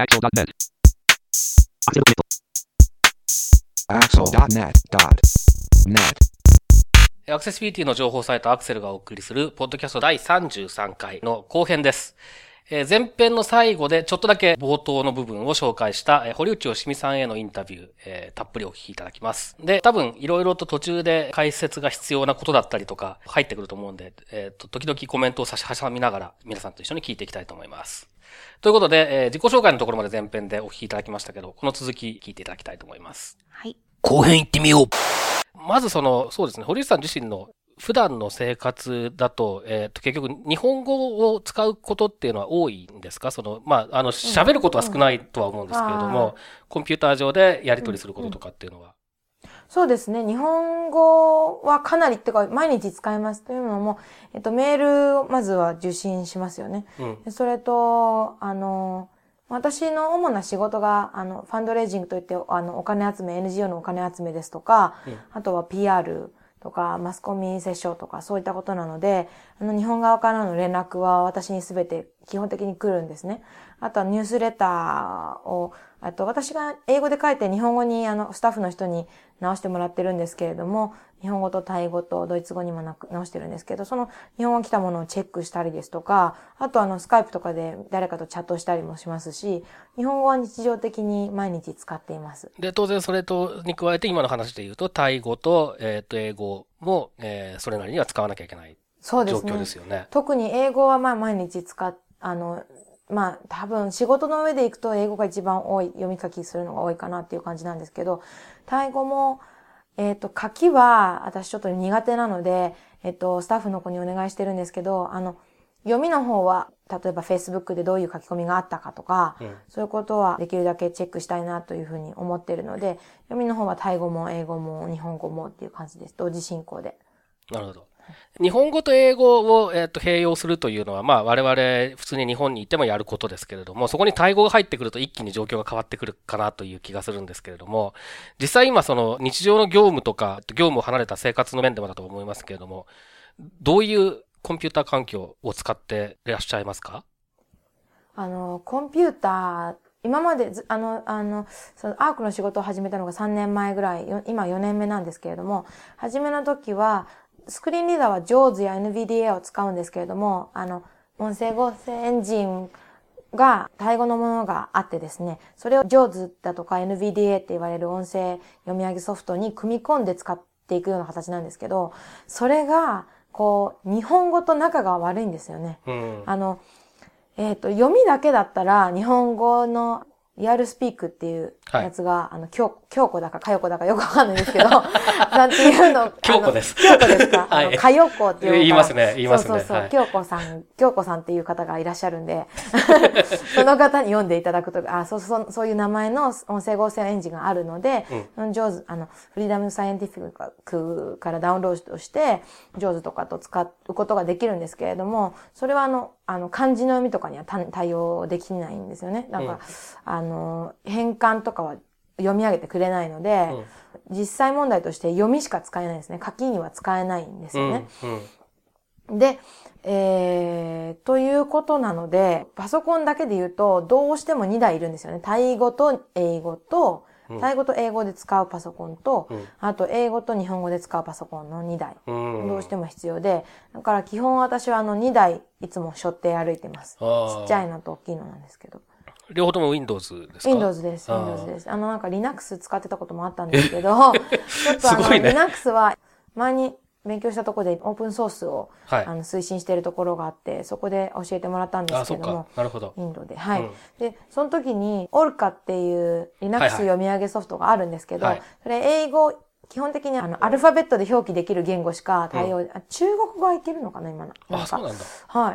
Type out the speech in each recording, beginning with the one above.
Axel.net. Axel.net.net アクセシビリティの情報サイトアクセルがお送りするポッドキャスト第33回の後編です。前編の最後でちょっとだけ冒頭の部分を紹介した堀内義美さんへのインタビュー、たっぷりお聞きいただきます。で、多分いろいろと途中で解説が必要なことだったりとか入ってくると思うんで、時々コメントを差し挟みながら皆さんと一緒に聞いていきたいと思います。ということで、自己紹介のところまで前編でお聞きいただきましたけど、この続き聞いていただきたいと思います。 はい。 後編行ってみよう。まずそうですね、堀内さん自身の普段の生活だと、結局日本語を使うことっていうのは多いんですか？喋ることは少ないとは思うんですけれども、コンピューター上でやり取りすることとかっていうのは。 そうですね。日本語はかなりっていうか毎日使いますというのも、メールをまずは受信しますよね。それと、私の主な仕事が、ファンドレイジングといって、お金集め、NGO のお金集めですとか、あとは PR とか、マスコミ接触とか、そういったことなので、日本側からの連絡は私にすべて基本的に来るんですね。あとはニュースレターを、私が英語で書いて日本語にスタッフの人に直してもらってるんですけれども、日本語とタイ語とドイツ語にも直してるんですけど、その日本語来たものをチェックしたりですとか、あとスカイプとかで誰かとチャットしたりもしますし、日本語は日常的に毎日使っています。 で、当然それとに加えて今の話で言うと、タイ語と、英語も、それなりには使わなきゃいけない状況ですよね。 特に英語は毎日多分仕事の上で行くと英語が一番多い、読み書きするのが多いかなっていう感じなんですけど、タイ語も、書きは私ちょっと苦手なので、スタッフの子にお願いしてるんですけど、読みの方は、例えば Facebook でどういう書き込みがあったかとか、そういうことはできるだけチェックしたいなというふうに思っているので、読みの方はタイ語も英語も日本語もっていう感じです。同時進行で。 なるほど。日本語と英語を、併用するというのは、我々普通に日本にいてもやることですけれども、そこにタイ語が入ってくると一気に状況が変わってくるかなという気がするんですけれども、実際今日常の業務とか、業務を離れた生活の面でもだと思いますけれども、どういうコンピューター環境を使っていらっしゃいますか？ コンピューター、今までアークの仕事を始めたのが3年前ぐらい、今4年目なんですけれども、初めの時は、スクリーンリーダーは JAWS や NVDA を使うんですけれども、音声合成エンジンが、タイ語のものがあってですね、それを JAWS だとか NVDA って言われる音声読み上げソフトに組み込んで使っていくような形なんですけど、それが、日本語と仲が悪いんですよね。読みだけだったら、日本語のリアルスピークっていうやつが、京子だかかよこだかよくわかんないんですけど、なんていうの。 京子です。 京子ですか？ はい。 かよこっていう。 言いますね。 そう、はい、京子さんっていう方がいらっしゃるんで、その方に読んでいただくと、そういう名前の音声合成エンジンがあるので、JAWS、フリーダムサイエンティフィックからダウンロードして、JAWS とかと使うことができるんですけれども、それは漢字の読みとかには対応できないんですよね。だから、変換とかは読み上げてくれないので、実際問題として読みしか使えないですね。書きには使えないんですよね。で、ということなので、パソコンだけで言うと、どうしても2台いるんですよね。タイ語と英語と、タイ語と英語で使うパソコンと、あと英語と日本語で使うパソコンの2台。どうしても必要で、だから基本私は2台いつも背負って歩いてます。ちっちゃいのと大きいのなんですけど。 両方とも Windows ですか？ Windows です。Windows です。Linux 使ってたこともあったんですけど、ちょっとLinux は前に勉強したところでオープンソースを、推進しているところがあって、そこで教えてもらったんですけども。 なるほど。 インドで。はい。で、その時に Orca っていう Linux 読み上げソフトがあるんですけど、それ英語、基本的にアルファベットで表記できる言語しか対応、中国語はいけるのかな今の。 そうなんだ。 はい。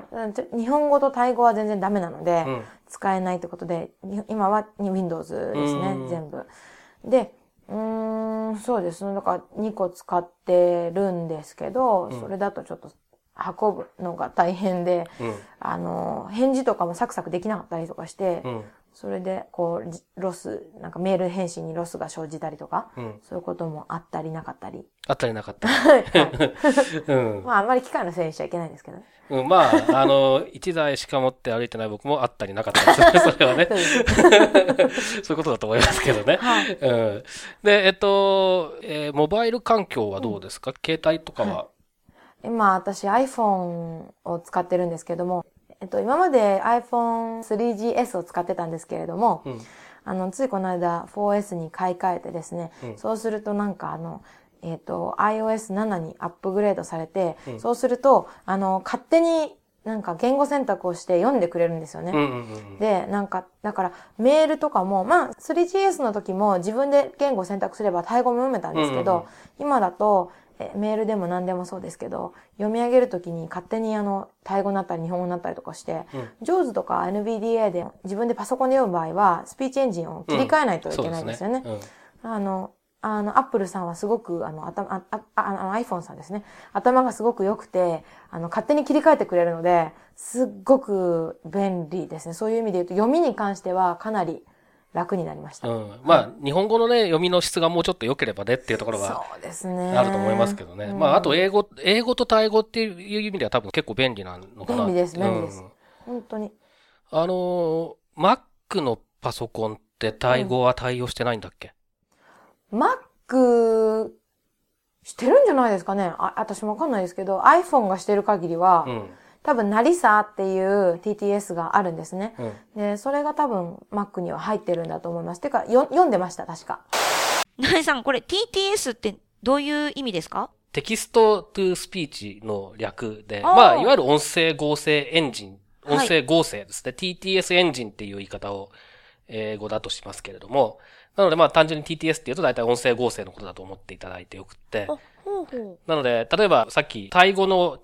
日本語とタイ語は全然ダメなので、使えないってことで、今は Windows ですね、全部。で、そうですね。だから2個使ってるんですけど、それだとちょっと運ぶのが大変で、返事とかもサクサクできなかったりとかして、 それで、こう、ロス、なんかメール返信にロスが生じたりとか、そういうこともあったりなかったり。 あったりなかったり。 はい。まあ、あんまり機械のせいにしちゃいけないんですけどね。 まあ、一台しか持って歩いてない僕もあったりなかったりする。それはね。そういうことだと思いますけどね。 はい。 で、モバイル環境はどうですか？携帯とかは？ 今、私 iPhone を使ってるんですけども、今まで iPhone 3GS を使ってたんですけれども、ついこの間 4S に買い替えてですね、そうするとなんかiOS7 にアップグレードされて、そうすると、勝手になんか言語選択をして読んでくれるんですよね。で、なんか、だからメールとかも、まあ 3GS の時も自分で言語選択すればタイ語も読めたんですけど、今だと、メールでも何でもそうですけど、読み上げるときに勝手にタイ語になったり日本語になったりとかして、JAWS とか NVDA で自分でパソコンで読む場合は、スピーチエンジンを切り替えないといけないんですよね。Apple さんはすごく、iPhone さんですね。頭がすごく良くて、勝手に切り替えてくれるので、すっごく便利ですね。そういう意味で言うと、読みに関してはかなり楽になりました。 まあ、日本語のね、読みの質がもうちょっと良ければねっていうところは、 そうですね。 あると思いますけどね。まあ、あと英語とタイ語っていう意味では多分結構便利なのかな。 便利です、便利です。本当に。 Mac のパソコンってタイ語は対応してないんだっけ ？Mac、してるんじゃないですかね。私もわかんないですけど、iPhone がしてる限りは、多分、ナリサっていう TTS があるんですね。で、それが多分 Mac には入ってるんだと思います。てか、読んでました、確か。 ナリさん、これ TTS ってどういう意味ですか？ テキストトゥスピーチの略で、まあ、いわゆる音声合成エンジン、音声合成ですね。TTS エンジンっていう言い方を英語だとしますけれども、なのでまあ単純に TTS っていうと大体音声合成のことだと思っていただいてよくって。なので、例えばさっきタイ語の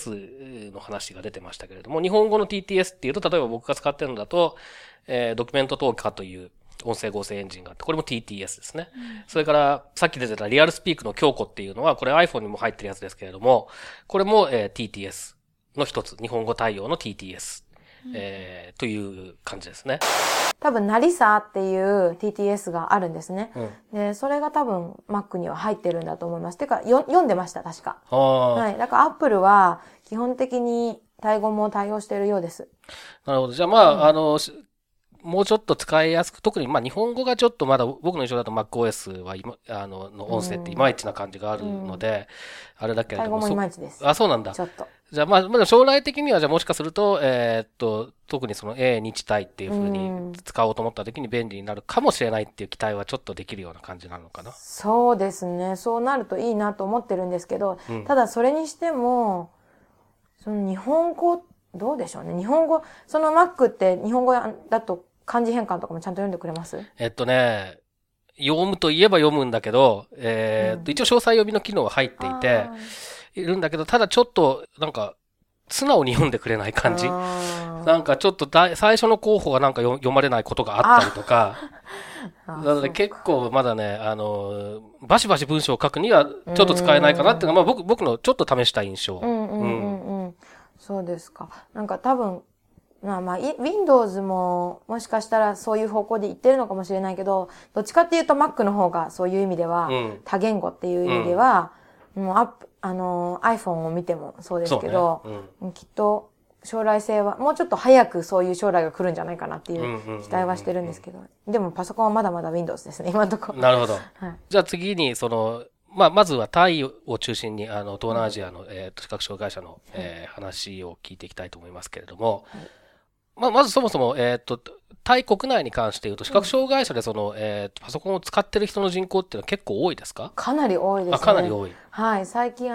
TTS の話が出てましたけれども、日本語の TTS っていうと、例えば僕が使ってるのだと、ドキュメントトーカーという音声合成エンジンがあって、これも TTS ですね。それから、さっき出てたリアルスピークの京子っていうのは、これ iPhone にも入ってるやつですけれども、これも、TTS の一つ、日本語対応の TTS。という感じですね。 多分、ナリサっていう TTS があるんですね。で、それが多分 Mac には入ってるんだと思います。てか、読んでました、確か。はい。だから Apple は基本的にタイ語も対応しているようです。 なるほど。じゃあまあ、もうちょっと使いやすく、特にまあ日本語がちょっとまだ僕の印象だと MacOS はの音声っていまいちな感じがあるので、あれだけれども。 タイ語もいまいちです。 あ、そうなんだ。 ちょっと。 じゃあまあ、将来的にはじゃあもしかすると、特にその日体っていう風に使おうと思った時に便利になるかもしれないっていう期待はちょっとできるような感じなのかな。 そうですね。そうなるといいなと思ってるんですけど、ただそれにしても、その日本語、どうでしょうね。日本語、その Mac って日本語だと漢字変換とかもちゃんと読んでくれます？ 読むといえば読むんだけど、一応詳細読みの機能は入っていて、いるんだけど、ただちょっと、なんか、素直に読んでくれない感じ。なんかちょっと最初の候補がなんか読まれないことがあったりとか、なので結構まだね、バシバシ文章を書くにはちょっと使えないかなっていうのが、まあ僕のちょっと試した印象。 そうですか。なんか多分、Windows ももしかしたらそういう方向で言ってるのかもしれないけど、どっちかっていうと Mac の方がそういう意味では、多言語っていう意味では、もうiPhone を見てもそうですけど、きっと将来性は、もうちょっと早くそういう将来が来るんじゃないかなっていう期待はしてるんですけど、でもパソコンはまだまだ Windows ですね、今のところ。 なるほど。じゃあ次に、まずはタイを中心に、東南アジアの、視覚障害者の、話を聞いていきたいと思いますけれども、まずそもそも、タイ国内に関して言うと、視覚障害者でパソコンを使ってる人の人口っていうのは結構多いですか？ かなり多いですね。 かなり多い。 はい。最近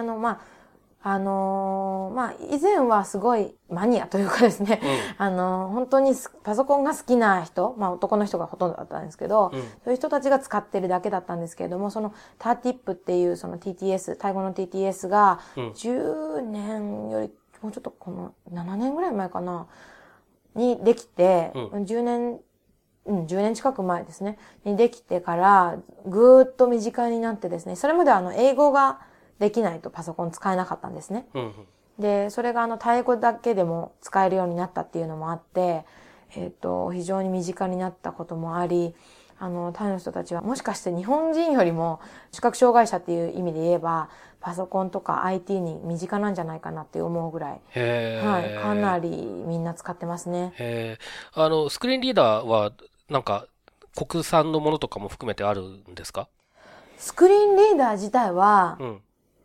以前はすごいマニアというかですね、本当にパソコンが好きな人、男の人がほとんどだったんですけど、そういう人たちが使ってるだけだったんですけれども、そのターティップっていうその TTS、タイ語の TTS が10年より、もうちょっとこの7年ぐらい前かな、にできて、10年近く前ですね、にできてから、ぐーっと身近になってですね、それまで英語ができないとパソコン使えなかったんですね。で、それがタイ語だけでも使えるようになったっていうのもあって、 非常に身近になったこともあり、タイの人たちはもしかして日本人よりも視覚障害者っていう意味で言えば、パソコンとか IT に身近なんじゃないかなって思うぐらい、はい、かなりみんな使ってますね。 スクリーンリーダーはなんか国産のものとかも含めてあるんですか？ スクリーンリーダー自体は、 うん、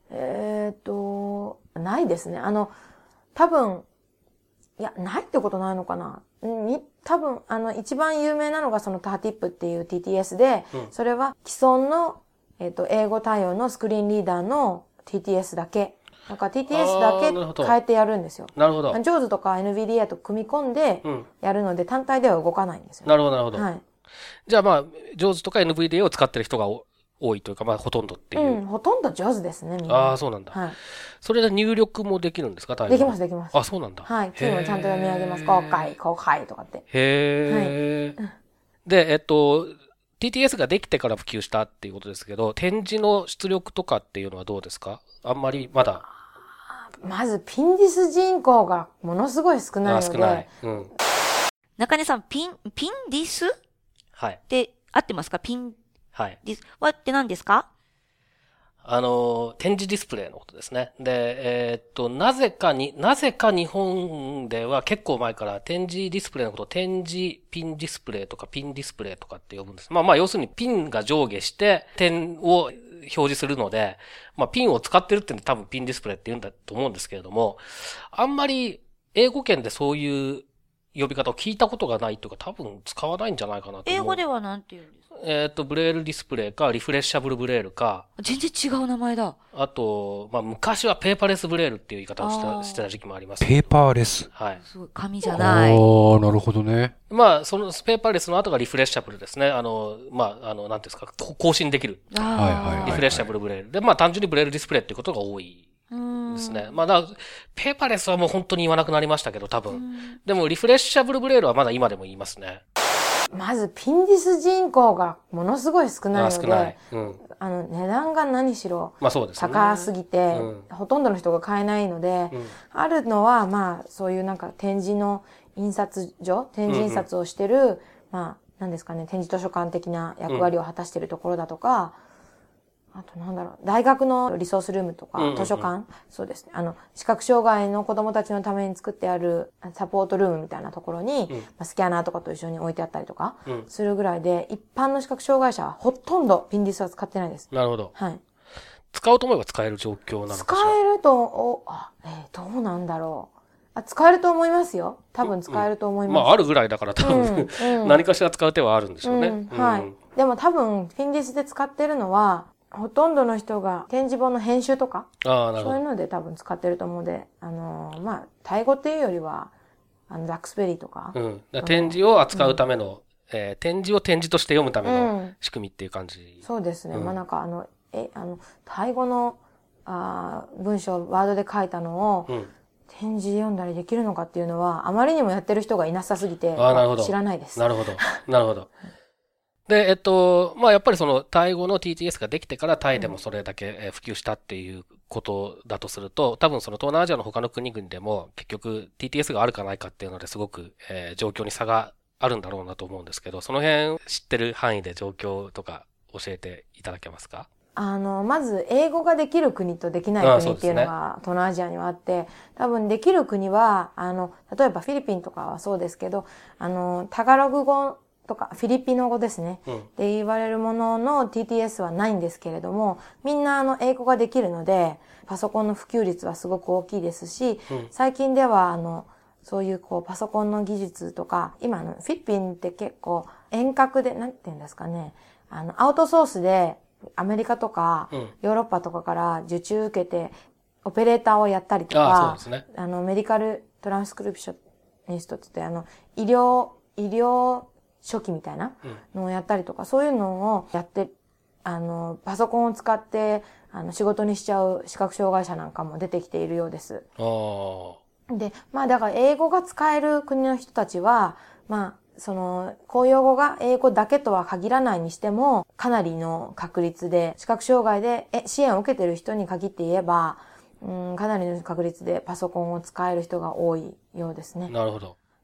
ないですね。多分、いや、ないってことないのかな。多分、一番有名なのがそのターティップっていう TTS で、それは既存の、英語対応のスクリーンリーダーの TTS だけ。なんか TTS だけ変えてやるんですよ。 なるほど。 JAWS とか NVDA と組み込んでやるので、単体では動かないんですよ。 なるほど、なるほど。 はい。 じゃあまあ、JAWS とか NVDA を使ってる人が多いというか、まあ、ほとんどっていう。 ほとんどJAWSですね、みんな。 ああ、そうなんだ。 はい。 それで入力もできるんですか？ できます、できます。 あ、そうなんだ。 はい。キーもちゃんと読み上げます。公開とかって。 へー。はい。で、TTS ができてから普及したっていうことですけど、展示の出力とかっていうのはどうですか？あんまりまだ。 まず、ピンディス人口がものすごい少ないので。 少ない。うん。 中根さん、ピンディスはい。 って合ってますか？ピンはい。 ディスはって何ですか？ 展示ディスプレイのことですね。で、なぜか日本では結構前から展示ディスプレイのことを展示ピンディスプレイとかピンディスプレイとかって呼ぶんです。まあ要するにピンが上下して点を表示するので、まあピンを使ってるっていうのは多分ピンディスプレイって言うんだと思うんですけれども、あんまり英語圏でそういう呼び方を聞いたことがないというか多分使わないんじゃないかなと思う。 英語ではなんて言うんですか？ ブレールディスプレイか、リフレッシャブルブレールか。 全然違う名前だ。 あと、まあ、昔はペーパーレスブレールっていう言い方をしてた時期もあります。 ペーパーレス。 はい。 すごい、紙じゃない。 ああ、なるほどね。 まあ、そのペーパーレスの後がリフレッシャブルですね。まあ、なんていうんですか、更新できる。 はい。 リフレッシャブルブレール。で、まあ、単純にブレールディスプレイっていうことが多いですね。まあ、ペーパーレスはもう本当に言わなくなりましたけど、多分。でも、リフレッシャブルブレールはまだ今でも言いますね。 まず、ピンディス人口がものすごい少ないので、 少ない。うん。 値段が何しろ、 まあそうですね。 高すぎて、ほとんどの人が買えないので、あるのは、まあ、そういうなんか展示の印刷所、展示印刷をしてる、まあ、なんですかね、展示図書館的な役割を果たしているところだとか、あとなんだろう、大学のリソースルームとか、図書館、そうですね。視覚障害の子供たちのために作ってあるサポートルームみたいなところに、スキャナーとかと一緒に置いてあったりとか、するぐらいで、一般の視覚障害者はほとんどピンディスは使ってないです。 なるほど。 はい。 使おうと思えば使える状況なのかしら。 使えると、どうなんだろう。使えると思いますよ。多分使えると思います。 まあ、あるぐらいだから多分、何かしら使う手はあるんでしょうね。 はい。でも多分、ピンディスで使ってるのは、ほとんどの人が展示本の編集とか、そういうので多分使ってると思うので、まあ、タイ語っていうよりは、ラックスベリーとか。 展示を扱うための、展示を展示として読むための仕組みっていう感じ。 そうですね。まあなんかタイ語の、文章、ワードで書いたのを、展示読んだりできるのかっていうのは、あまりにもやってる人がいなさすぎて、知らないです。 なるほど。なるほど。で、まあ、やっぱりその、タイ語の TTS ができてからタイでもそれだけ普及したっていうことだとすると、多分その東南アジアの他の国々でも結局 TTS があるかないかっていうのですごく、状況に差があるんだろうなと思うんですけど、その辺知ってる範囲で状況とか教えていただけますか？ まず、英語ができる国とできない国っていうのが、東南アジアにはあって、多分できる国は、例えばフィリピンとかはそうですけど、タガログ語とか、フィリピノ語ですね。で言われるものの TTS はないんですけれども、みんな英語ができるので、パソコンの普及率はすごく大きいですし、最近では、そういうパソコンの技術とか、今フィリピンって結構遠隔で、なんて言うんですかね、アウトソースで、アメリカとか、ヨーロッパとかから受注受けて、オペレーターをやったりとか、メディカルトランスクリプショニストって言って、医療初期みたいなのをやったりとか、そういうのをやって、パソコンを使って、仕事にしちゃう視覚障害者なんかも出てきているようです。で、まあだから英語が使える国の人たちは、まあ、公用語が英語だけとは限らないにしても、かなりの確率で、視覚障害で支援を受けている人に限って言えば、かなりの確率でパソコンを使える人が多いようですね。 なるほど。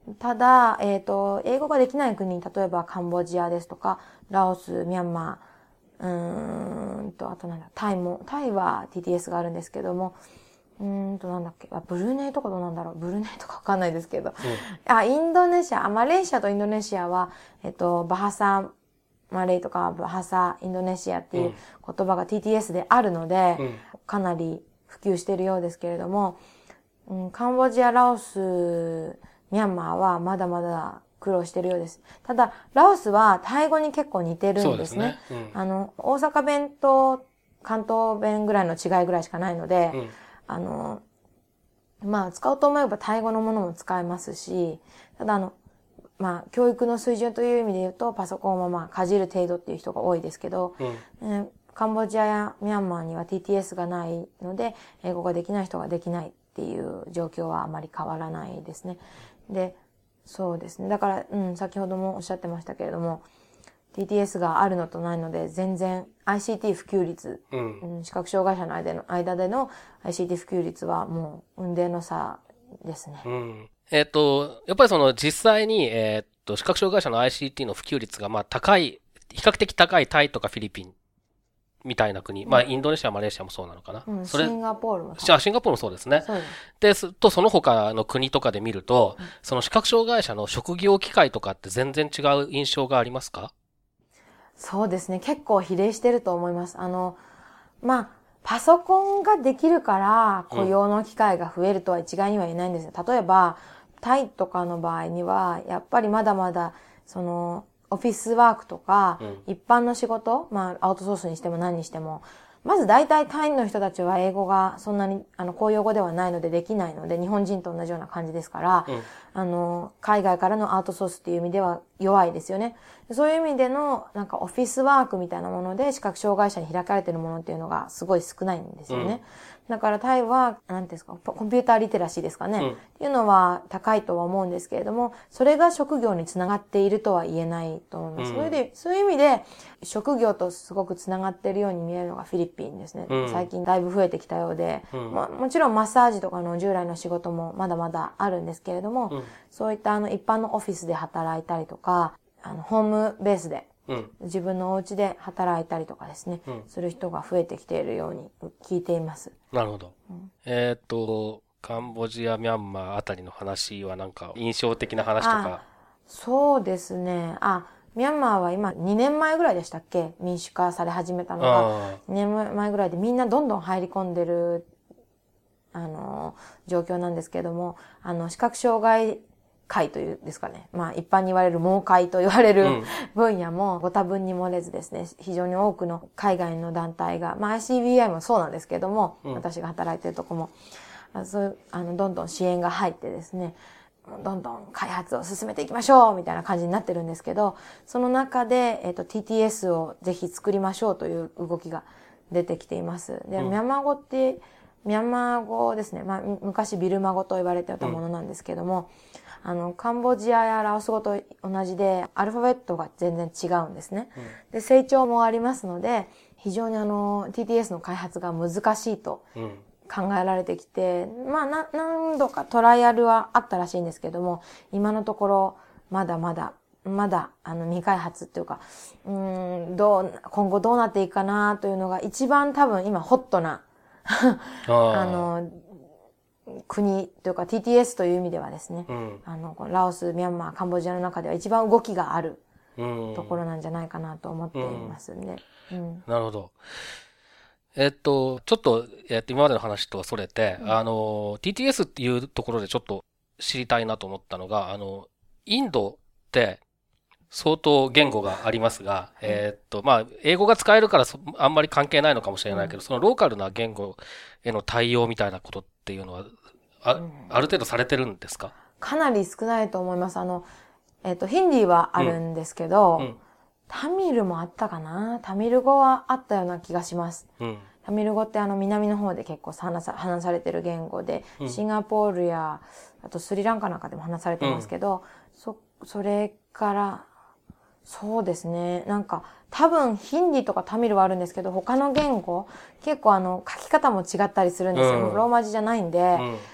ただ、英語ができない国、例えばカンボジアですとか、ラオス、ミャンマー、あとなんだ、タイは TTS があるんですけども、なんだっけ、ブルネイとかどうなんだろう、ブルネイとかわかんないですけど、インドネシア、マレーシアとインドネシアは、バハサマレーとかバハサインドネシアっていう言葉が TTS であるので、かなり普及しているようですけれども、カンボジア、ラオス、ミャンマーはまだまだ苦労しているようです。ただ、ラオスはタイ語に結構似てるんですね。 そうですね。 大阪弁と関東弁ぐらいの違いぐらいしかないので、使おうと思えばタイ語のものも使えますし、ただ教育の水準という意味で言うと、パソコンをかじる程度っていう人が多いですけど、カンボジアやミャンマーには TTS がないので、英語ができない人ができないっていう状況はあまり変わらないですね。で、そうですね。だから、先ほどもおっしゃってましたけれども、TTS があるのとないので、全然 ICT 普及率、視覚障害者の間での ICT 普及率はもう雲泥の差ですね。 やっぱり実際に、視覚障害者の ICT の普及率が比較的高いタイとかフィリピンみたいな国、インドネシア、マレーシアもそうなのかな。 シンガポールもそう。シンガポールもそうですね。そうです。その他の国とかで見ると、その視覚障害者の職業機会とかって全然違う印象がありますか？ そうですね。結構比例してると思います。パソコンができるから雇用の機会が増えるとは一概には言えないんですよ。例えば、タイとかの場合には、やっぱりまだまだ、オフィスワークとか、一般の仕事、アウトソースにしても何にしても、まず大体タイの人たちは英語がそんなに、公用語ではないのでできないので、日本人と同じような感じですから、海外からのアウトソースっていう意味では弱いですよね。そういう意味での、オフィスワークみたいなもので視覚障害者に開かれているものっていうのがすごい少ないんですよね。だからタイは、なんていうんですか、コンピューターリテラシーですかね。っていうのは高いとは思うんですけれども、それが職業につながっているとは言えないと思います。そういう意味で、職業とすごくつながっているように見えるのがフィリピンですね。最近だいぶ増えてきたようで、もちろんマッサージとかの従来の仕事もまだまだあるんですけれども、そういった一般のオフィスで働いたりとか、ホームベースで、自分のお家で働いたりとかですね、する人が増えてきているように聞いています。 なるほど。カンボジア、ミャンマーあたりの話はなんか印象的な話とか。 そうですね。ミャンマーは今2年前ぐらいでしたっけ？民主化され始めたのが。2年前ぐらいでみんなどんどん入り込んでる、状況なんですけども、視覚障害会というですかね。一般に言われる盲会と言われる分野もご多分に漏れずですね、非常に多くの海外の団体が、ICBI もそうなんですけども、私が働いてるとこも、どんどん支援が入ってですね、どんどん開発を進めていきましょうみたいな感じになってるんですけど、その中で、TTS をぜひ作りましょうという動きが出てきています。で、ミャンマー語ですね。昔ビルマ語と言われていたものなんですけども、カンボジアやラオス語と同じで、アルファベットが全然違うんですね。で、成長もありますので、非常にTTS の開発が難しいと考えられてきて、何度かトライアルはあったらしいんですけども、今のところ、まだ未開発っていうか、今後どうなっていくかなというのが一番多分今ホットな、国というか TTS という意味ではですね、ラオス、ミャンマー、カンボジアの中では一番動きがあるところなんじゃないかなと思っていますね。 なるほど。ちょっと、今までの話とはそれて、TTS っていうところでちょっと知りたいなと思ったのが、インドって相当言語がありますが、英語が使えるからあんまり関係ないのかもしれないけど、そのローカルな言語への対応みたいなことっていうのは、ある程度されてるんですか？ かなり少ないと思います。ヒンディーはあるんですけど、タミルもあったかな？タミル語はあったような気がします。タミル語って南の方で結構話されてる言語で、シンガポールや、あとスリランカなんかでも話されてますけど、それから、そうですね。多分ヒンディーとかタミルはあるんですけど、他の言語、結構書き方も違ったりするんですよ。ローマ字じゃないんで、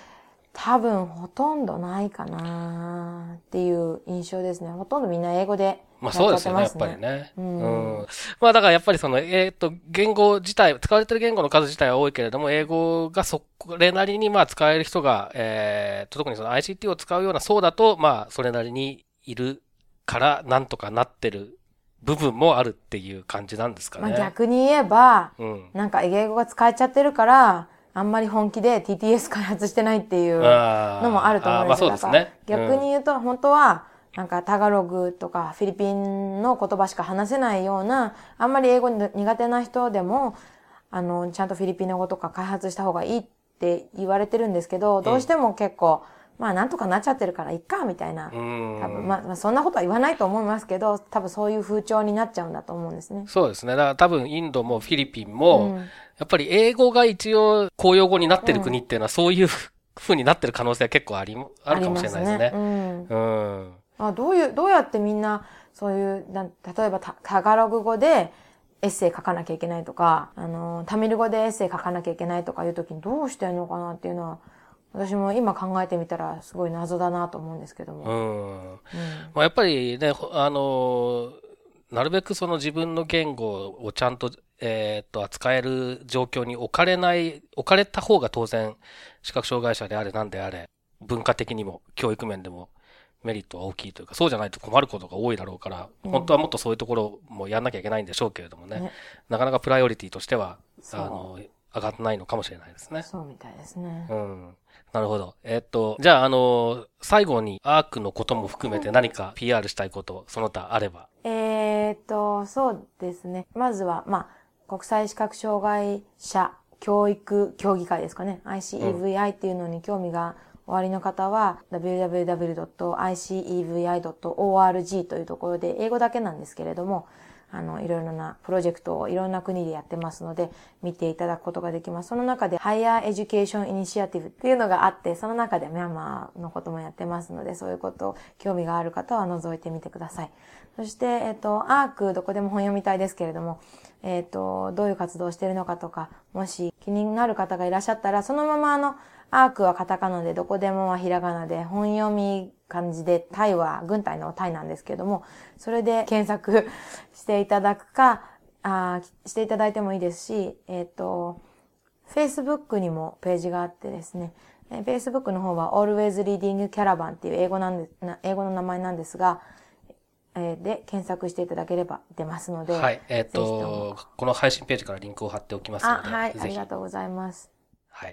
多分ほとんどないかなっていう印象ですね。ほとんどみんな英語でやっちゃってますね。 そうですよね、やっぱりね。まあだからやっぱりその、言語自体、使われてる言語の数自体は多いけれども、英語がそれなりにまあ使える人が、特にその ICT を使うような層だと、まあそれなりにいるからなんとかなってる部分もあるっていう感じなんですかね。 まあ逆に言えば、なんか英語が使えちゃってるから、あんまり本気で TTS 開発してないっていうのもあると思うんですよ。 まあそうですね。 逆に言うと、本当は、なんかタガログとかフィリピンの言葉しか話せないような、あんまり英語苦手な人でも、ちゃんとフィリピン語とか開発した方がいいって言われてるんですけど、どうしても結構、まあなんとかなっちゃってるからいっか、みたいな。多分まあそんなことは言わないと思いますけど、多分そういう風潮になっちゃうんだと思うんですね。 そうですね。だから多分インドもフィリピンも、やっぱり英語が一応公用語になってる国っていうのはそういう風になってる可能性は結構あるかもしれないですね。 どうやってみんな、そういう、例えばタガログ語でエッセイ書かなきゃいけないとか、タミル語でエッセイ書かなきゃいけないとかいう時にどうしてんのかなっていうのは、私も今考えてみたらすごい謎だなと思うんですけども。 まあ、やっぱりね、なるべくその自分の言語をちゃんと、扱える状況に置かれた方が当然、視覚障害者であれなんであれ、文化的にも教育面でもメリットは大きいというか、そうじゃないと困ることが多いだろうから、本当はもっとそういうところもやんなきゃいけないんでしょうけれどもね、なかなかプライオリティとしては、上がってないのかもしれないですね。 そうみたいですね。 なるほど。じゃあ、最後にアークのことも含めて何か PR したいこと、その他あれば。 そうですね。まずは、国際視覚障害者教育協議会ですかね。ICEVI っていうのに興味がおありの方は、www.icevi.org というところで、英語だけなんですけれども、いろいろなプロジェクトをいろんな国でやってますので、見ていただくことができます。その中で Higher Education Initiative っていうのがあって、その中でミャンマーのこともやってますので、そういうこと興味がある方は覗いてみてください。そして、アークどこでも本読みたいですけれども、どういう活動をしているのかとか、もし気になる方がいらっしゃったら、そのままアークはカタカナでどこでもはひらがなで、本読み漢字で、タイは軍隊のタイなんですけれども、それで検索していただくか、していただいてもいいですし、Facebook にもページがあってですね、Facebook の方は Always Reading Caravan っていう英語の名前なんですが、で検索していただければ出ますので。 はい。この配信ページからリンクを貼っておきますので。 はい。ありがとうございます。 はい。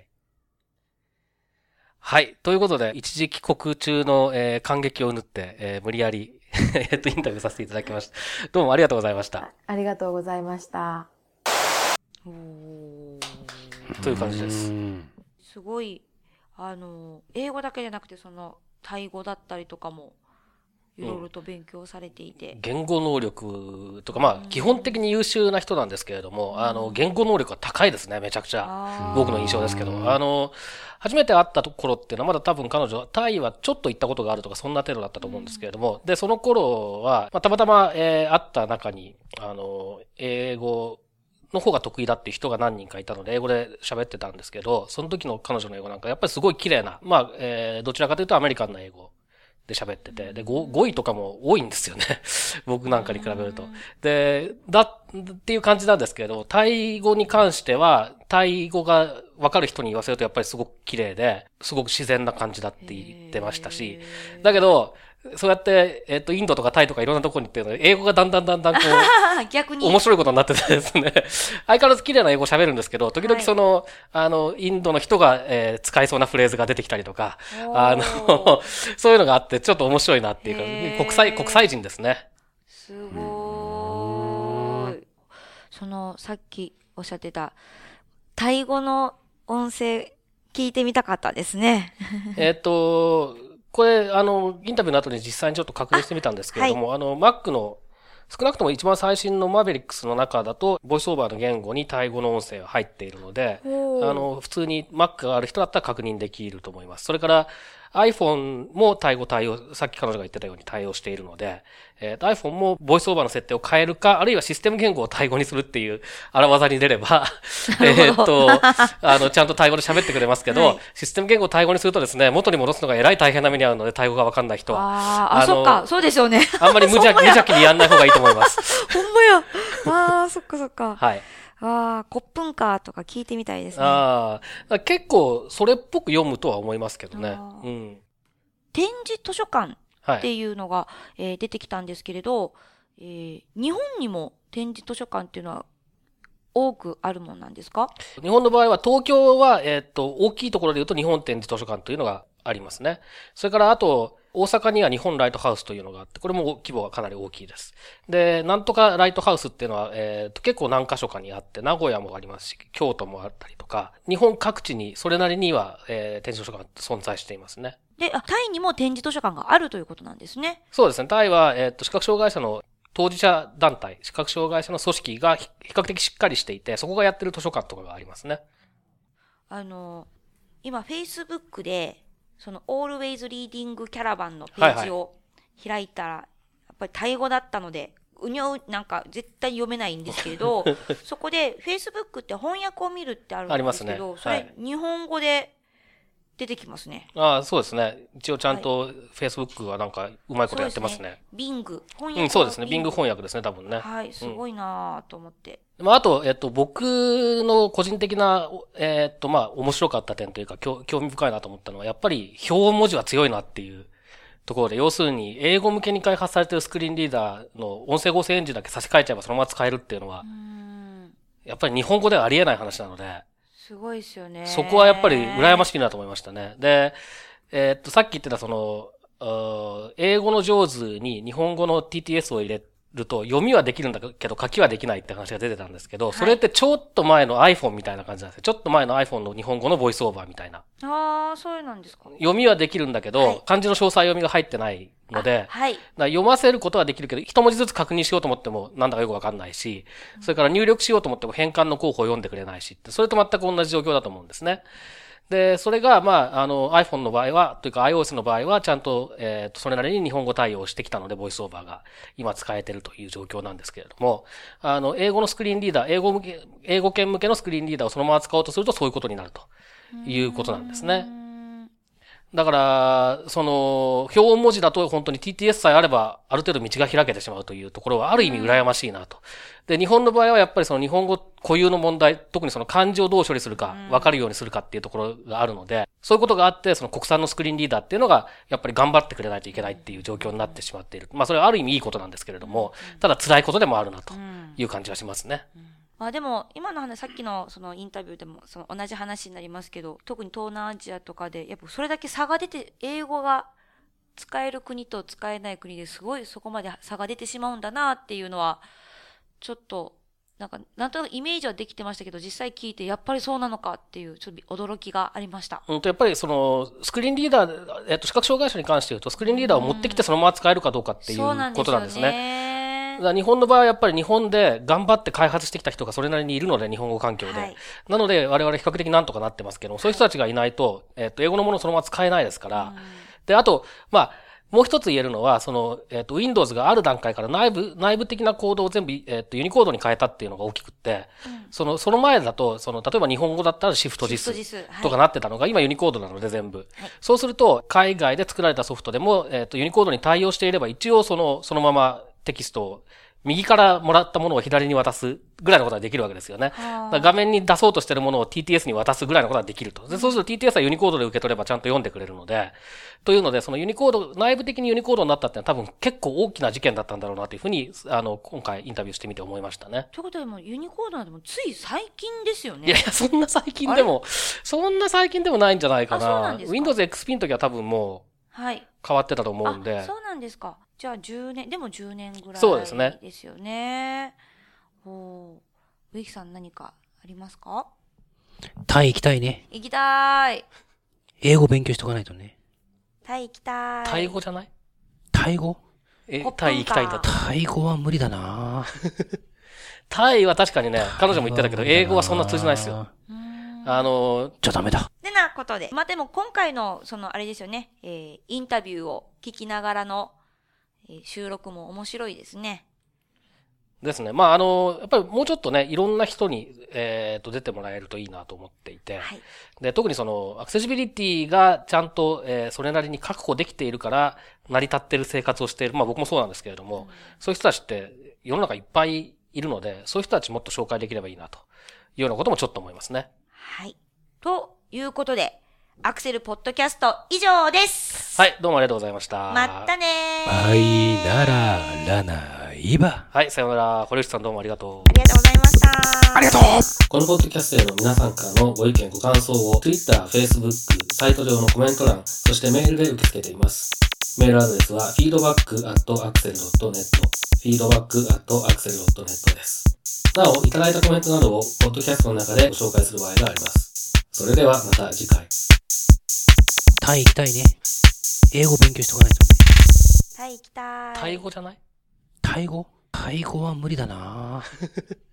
はい。ということで、一時帰国中の、感激を縫って、無理やり、インタビューさせていただきました。どうもありがとうございました。 ありがとうございました。 という感じです。 すごい、英語だけじゃなくて、タイ語だったりとかも、いろいろと勉強されていて。 言語能力とか、基本的に優秀な人なんですけれども、言語能力が高いですね、めちゃくちゃ。僕の印象ですけど。初めて会った頃っていうのは、まだ多分彼女、タイはちょっと行ったことがあるとか、そんな程度だったと思うんですけれども、で、その頃は、たまたま、会った中に、英語の方が得意だっていう人が何人かいたので、英語で喋ってたんですけど、その時の彼女の英語なんか、やっぱりすごい綺麗な、どちらかというとアメリカンな英語で喋ってて、で、語彙とかも多いんですよね。僕なんかに比べると。で、っていう感じなんですけれど、タイ語に関しては、タイ語がわかる人に言わせるとやっぱりすごく綺麗で、すごく自然な感じだって言ってましたし、だけど、そうやって、インドとかタイとかいろんなところに行ってるので、英語がだんだんこう、 逆に面白いことになっててですね、相変わらず綺麗な英語を喋るんですけど、時々インドの人が、使いそうなフレーズが出てきたりとか、そういうのがあって、ちょっと面白いなっていうか、国際人ですね。 すごーい。さっきおっしゃってた、タイ語の音声、聞いてみたかったですね。 これ、インタビューの後に実際にちょっと確認してみたんですけれども、Mac の、少なくとも一番最新のマーベリックスの中だと、ボイスオーバーの言語にタイ語の音声が入っているので、普通に Mac がある人だったら確認できると思います。それから、 iPhone もタイ語対応、さっき彼女が言ってたように対応しているので、iPhone もボイスオーバーの設定を変えるか、あるいはシステム言語をタイ語にするっていう荒技に出れば、ちゃんとタイ語で喋ってくれますけど、 はい、 システム言語をタイ語にするとですね、元に戻すのがえらい大変な目に遭うので、タイ語がわかんない人は。 そっか、そうでしょうね。 あんまり無邪気にやんない方がいいと思います。 ほんまや。そっかそっか。 はい。 コップンカーとか聞いてみたいですね。 結構、それっぽく読むとは思いますけどね。うん。 展示図書館っていうのが、出てきたんですけれど、日本にも展示図書館っていうのは多くあるもんなんですか？ 日本の場合は、東京は、大きいところで言うと日本展示図書館というのがありますね。それから、あと、大阪には日本ライトハウスというのがあって、これも規模がかなり大きいです。で、なんとかライトハウスっていうのは、結構何箇所かにあって、名古屋もありますし、京都もあったりとか、日本各地にそれなりには、展示図書館って存在していますね。 で、タイにも展示図書館があるということなんですね。 そうですね。タイは、視覚障害者の当事者団体、視覚障害者の組織が比較的しっかりしていて、そこがやってる図書館とかがありますね。 今、Facebook で、その Always Reading Caravan のページを開いたら、やっぱりタイ語だったので、なんか絶対読めないんですけれど、そこで Facebook って翻訳を見るってあるんですけど、それ日本語で出てきますね。 そうですね。一応ちゃんと Facebook はなんかうまいことやってますね。 Bing 翻訳。 そうですね。Bing 翻訳ですね、多分ね。 はい、すごいなぁと思って。 あと、僕の個人的な、面白かった点というか、興味深いなと思ったのは、やっぱり表文字は強いなっていうところで、要するに、英語向けに開発されているスクリーンリーダーの音声合成エンジンだけ差し替えちゃえばそのまま使えるっていうのは、やっぱり日本語ではありえない話なので、 すごいですよね。 そこはやっぱり羨ましいなと思いましたね。で、さっき言ってた英語の上手に日本語の TTS を入れると読みはできるんだけど書きはできないって話が出てたんですけど、それってちょっと前の iPhone みたいな感じなんですよ。ちょっと前の iPhone の日本語のボイスオーバーみたいな。 そうなんですか。 読みはできるんだけど、漢字の詳細読みが入ってないので、読ませることはできるけど、一文字ずつ確認しようと思ってもなんだかよくわかんないし、それから入力しようと思っても変換の候補を読んでくれないしって、それと全く同じ状況だと思うんですね。で、それが、iPhone の場合は、というか iOS の場合は、ちゃんと、それなりに日本語対応してきたので、ボイスオーバーが今使えてるという状況なんですけれども、英語のスクリーンリーダー、英語圏向けのスクリーンリーダーをそのまま使おうとすると、そういうことになるということなんですね。だから、表文字だと本当に TTS さえあれば、ある程度道が開けてしまうというところは、ある意味羨ましいなと。で、日本の場合はやっぱり日本語固有の問題、特に漢字をどう処理するか、わかるようにするかっていうところがあるので、そういうことがあって、国産のスクリーンリーダーっていうのが、やっぱり頑張ってくれないといけないっていう状況になってしまっている。それはある意味いいことなんですけれども、ただ辛いことでもあるなという感じはしますね。 でも、今の話、さっきのインタビューでも同じ話になりますけど、特に東南アジアとかで、やっぱそれだけ差が出て、英語が使える国と使えない国ですごいそこまで差が出てしまうんだなっていうのは、ちょっと、なんとなくイメージはできてましたけど、実際聞いてやっぱりそうなのかっていう、ちょっと驚きがありました。 やっぱりスクリーンリーダー、視覚障害者に関して言うと、スクリーンリーダーを持ってきてそのまま使えるかどうかっていうことなんですね。日本の場合はやっぱり日本で頑張って開発してきた人がそれなりにいるので、日本語環境で。なので我々比較的なんとかなってますけど、そういう人たちがいないと、英語のものをそのまま使えないですから。で、あと、もう一つ言えるのは、Windows がある段階から内部的なコードを全部、ユニコードに変えたっていうのが大きくって、その前だと、例えば日本語だったらシフトJISとかなってたのが、今ユニコードなので全部。そうすると、海外で作られたソフトでも、ユニコードに対応していれば、一応そのままテキストを右からもらったものを左に渡すぐらいのことができるわけですよね。画面に出そうとしているものを TTS に渡すぐらいのことができると。で、そうすると TTS はユニコードで受け取ればちゃんと読んでくれるので、というので、ユニコード、内部的にユニコードになったってのは多分結構大きな事件だったんだろうなというふうに、今回インタビューしてみて思いましたね。 ということで、ユニコードなんてもつい最近ですよね。 いやいや、そんな最近でもないんじゃないかな。Windows XP の時は多分もう、変わってたと思うんで。 そうなんですか。じゃあ10年、でも10年ぐらいですよね。植木さん何かありますか？ タイ行きたいね。 行きたい。 英語勉強しとかないとね。 タイ行きたい。 タイ語じゃない？ タイ語？ タイ行きたいんだ。 タイ語は無理だなタイは確かにね、彼女も言ってたけど、英語はそんな通じないですよ。 じゃダメだ。 てなことで。まあ、でも今回の、あれですよね、インタビューを聞きながらの、収録も面白いですね。 ですね。まあ、やっぱりもうちょっとね、いろんな人に、出てもらえるといいなと思っていて。 はい。 で、特にアクセシビリティがちゃんと、それなりに確保できているから、成り立っている生活をしている。まあ僕もそうなんですけれども、そういう人たちって世の中いっぱいいるので、そういう人たちもっと紹介できればいいなというようなこともちょっと思いますね。 はい。ということで、アクセルポッドキャスト以上です。 はい、どうもありがとうございました。 またねー。 バイなら、ラナ、イバ。 はい、さようなら。堀内さんどうもありがとう。 ありがとうございました。 ありがとう。 このポッドキャストへの皆さんからのご意見ご感想を Twitter、Facebook、サイト上のコメント欄、そしてメールで受け付けています。メールアドレスは feedback@axel.net feedback@axel.net です。なお、いただいたコメントなどをポッドキャストの中でご紹介する場合があります。それではまた次回。 タイ行きたいね。英語勉強しとかないとね。 タイ行きたい。 タイ語じゃない？ タイ語は無理だな